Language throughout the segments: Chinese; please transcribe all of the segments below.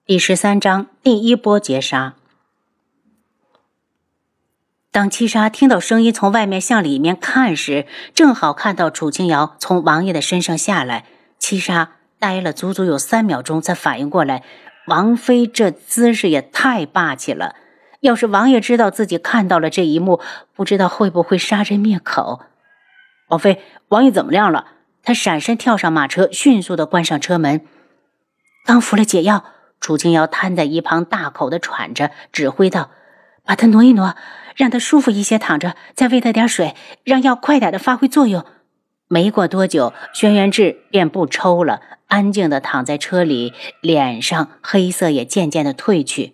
第13章第一波劫杀。当七杀听到声音从外面向里面看时，正好看到楚清瑶从王爷的身上下来。七杀呆了足足有3秒钟才反应过来，王妃这姿势也太霸气了，要是王爷知道自己看到了这一幕，不知道会不会杀人灭口。王妃，王爷怎么样了？他闪身跳上马车，迅速地关上车门。刚服了解药。楚清瑶瘫在一旁大口地喘着，指挥道：把他挪一挪，让他舒服一些躺着，再喂他点水，让药快点的发挥作用。没过多久，轩辕志便不抽了，安静地躺在车里，脸上黑色也渐渐地褪去。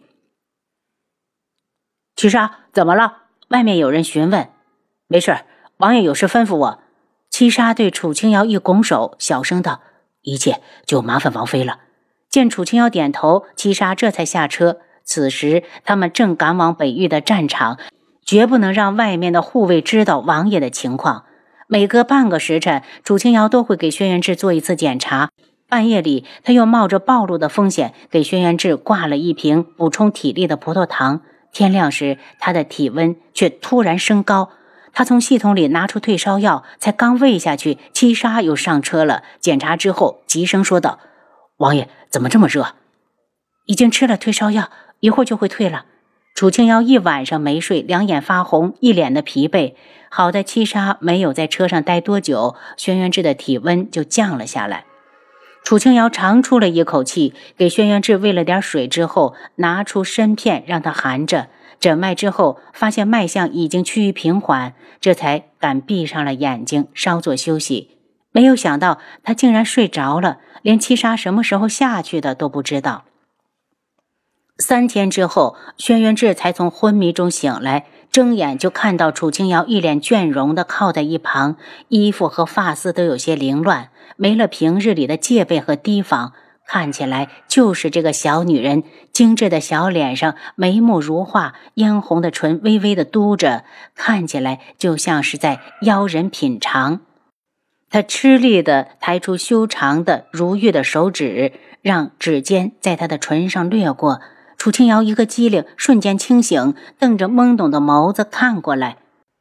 七杀，怎么了？外面有人询问。没事，王爷有事吩咐我。七杀对楚清瑶一拱手，小声道：一切就麻烦王妃了。见楚清瑶点头，七杀这才下车。此时他们正赶往北域的战场，绝不能让外面的护卫知道王爷的情况。每隔半个时辰，楚清瑶都会给轩辕志做一次检查。半夜里，他又冒着暴露的风险，给轩辕志挂了一瓶补充体力的葡萄糖。天亮时，他的体温却突然升高。他从系统里拿出退烧药，才刚喂下去，七杀又上车了。检查之后，急声说道：王爷怎么这么热？已经吃了退烧药，一会儿就会退了。楚清瑶一晚上没睡，两眼发红，一脸的疲惫。好在七杀没有在车上待多久，轩辕志的体温就降了下来。楚清瑶长出了一口气，给轩辕志喂了点水之后，拿出参片让他含着。诊脉之后，发现脉象已经趋于平缓，这才敢闭上了眼睛，稍作休息。没有想到他竟然睡着了，连七杀什么时候下去的都不知道。3天之后，轩辕志才从昏迷中醒来，睁眼就看到楚清瑶一脸倦容地靠在一旁，衣服和发丝都有些凌乱，没了平日里的戒备和提防，看起来就是这个小女人。精致的小脸上眉目如画，嫣红的唇微微地嘟着，看起来就像是在邀人品尝。他吃力地抬出修长的如玉的手指，让指尖在他的唇上掠过。楚清瑶一个机灵，瞬间清醒，瞪着懵懂的眸子看过来。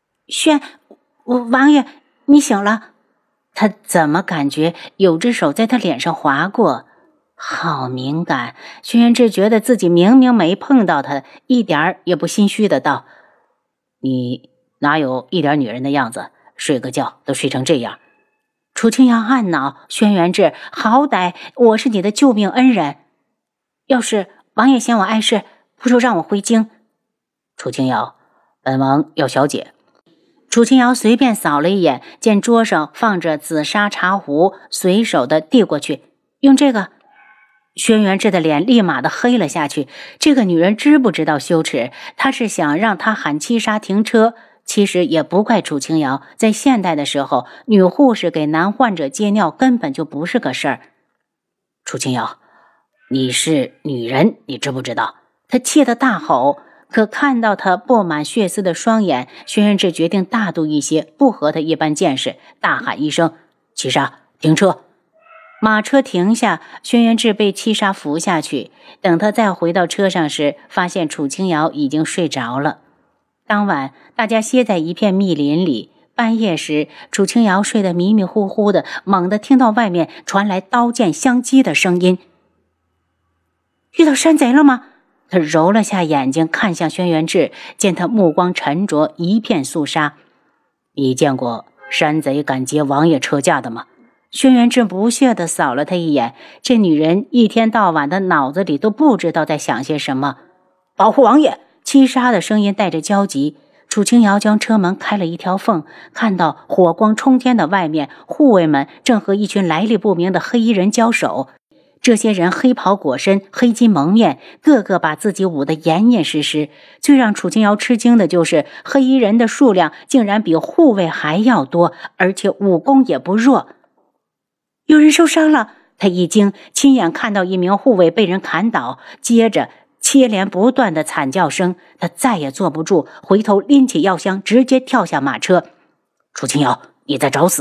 王爷，你醒了。他怎么感觉有只手在他脸上划过？好敏感。轩辕志觉得自己明明没碰到他，一点儿也不心虚的道：你哪有一点女人的样子，睡个觉都睡成这样。楚清瑶暗恼，轩辕志，好歹我是你的救命恩人，要是王爷嫌我碍事，不如让我回京。楚清瑶，本王要小姐。楚清瑶随便扫了一眼，见桌上放着紫砂茶壶，随手的递过去，用这个。轩辕志的脸立马的黑了下去，这个女人知不知道羞耻？她是想让他喊七杀停车。其实也不怪楚清瑶，在现代的时候，女护士给男患者接尿根本就不是个事儿。楚清瑶，你是女人，你知不知道？他气得大吼，可看到他布满血丝的双眼，轩辕志决定大度一些，不和他一般见识，大喊一声：七杀，停车！马车停下，轩辕志被七杀扶下去。等他再回到车上时，发现楚清瑶已经睡着了。当晚大家歇在一片密林里，半夜时楚清瑶睡得迷迷糊糊的，猛地听到外面传来刀剑相击的声音。遇到山贼了吗？他揉了下眼睛看向轩辕志，见他目光沉着，一片肃杀。你见过山贼敢劫王爷车驾的吗？轩辕志不屑地扫了他一眼，这女人一天到晚的脑子里都不知道在想些什么。保护王爷！七杀的声音带着焦急。楚清瑶将车门开了一条缝，看到火光冲天的外面，护卫们正和一群来历不明的黑衣人交手。这些人黑袍裹身，黑巾蒙面，个个把自己捂得严严实实。最让楚清瑶吃惊的就是黑衣人的数量竟然比护卫还要多，而且武功也不弱。有人受伤了，他一惊，亲眼看到一名护卫被人砍倒，接着接连不断的惨叫声，他再也坐不住，回头拎起药箱，直接跳下马车。楚清瑶，你在找死！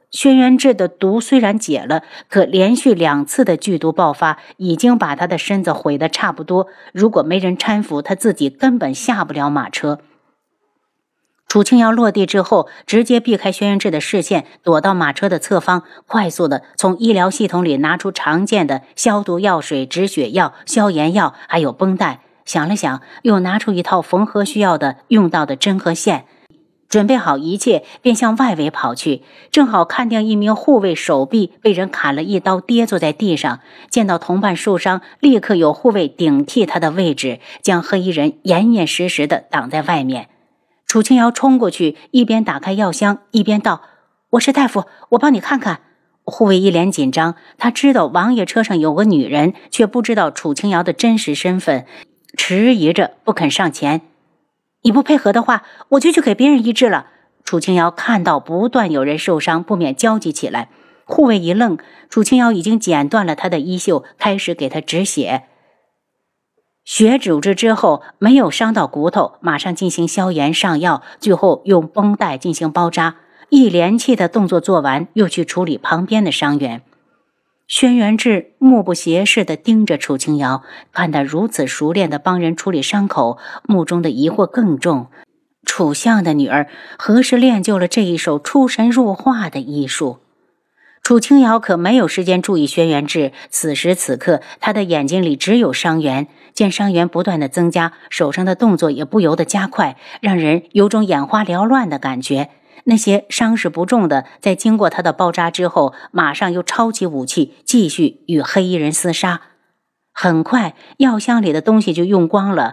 轩辕志的毒虽然解了，可连续2次的剧毒爆发已经把他的身子毁得差不多，如果没人搀扶，他自己根本下不了马车。楚清瑶落地之后，直接避开轩辕志的视线，躲到马车的侧方，快速的从医疗系统里拿出常见的消毒药水、止血药、消炎药，还有绷带。想了想，又拿出一套缝合需要的用到的针和线，准备好一切，便向外围跑去。正好看见一名护卫手臂被人砍了一刀，跌坐在地上。见到同伴受伤，立刻有护卫顶替他的位置，将黑衣人严严实实地挡在外面。楚清瑶冲过去，一边打开药箱，一边道：“我是大夫，我帮你看看。”护卫一脸紧张，他知道王爷车上有个女人，却不知道楚清瑶的真实身份，迟疑着不肯上前。你不配合的话，我就去给别人医治了。楚清瑶看到不断有人受伤，不免焦急起来。护卫一愣，楚清瑶已经剪断了他的衣袖，开始给他止血。血主治之后没有伤到骨头，马上进行消炎上药，最后用绷带进行包扎。一连气的动作做完，又去处理旁边的伤员。轩辕志目不斜视地盯着楚清瑶，看他如此熟练地帮人处理伤口，目中的疑惑更重。楚相的女儿何时练就了这一手出神入化的医术？楚清瑶可没有时间注意轩辕志，此时此刻他的眼睛里只有伤员，见伤员不断的增加，手上的动作也不由得加快，让人有种眼花缭乱的感觉。那些伤势不重的，在经过他的包扎之后，马上又抄起武器，继续与黑衣人厮杀。很快，药箱里的东西就用光了。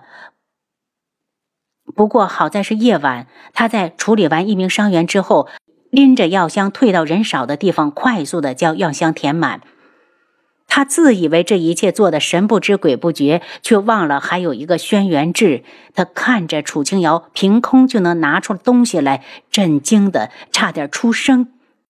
不过好在是夜晚，他在处理完一名伤员之后，拎着药箱退到人少的地方，快速地将药箱填满。他自以为这一切做得神不知鬼不觉，却忘了还有一个轩辕志。他看着楚清瑶凭空就能拿出东西来，震惊的差点出声。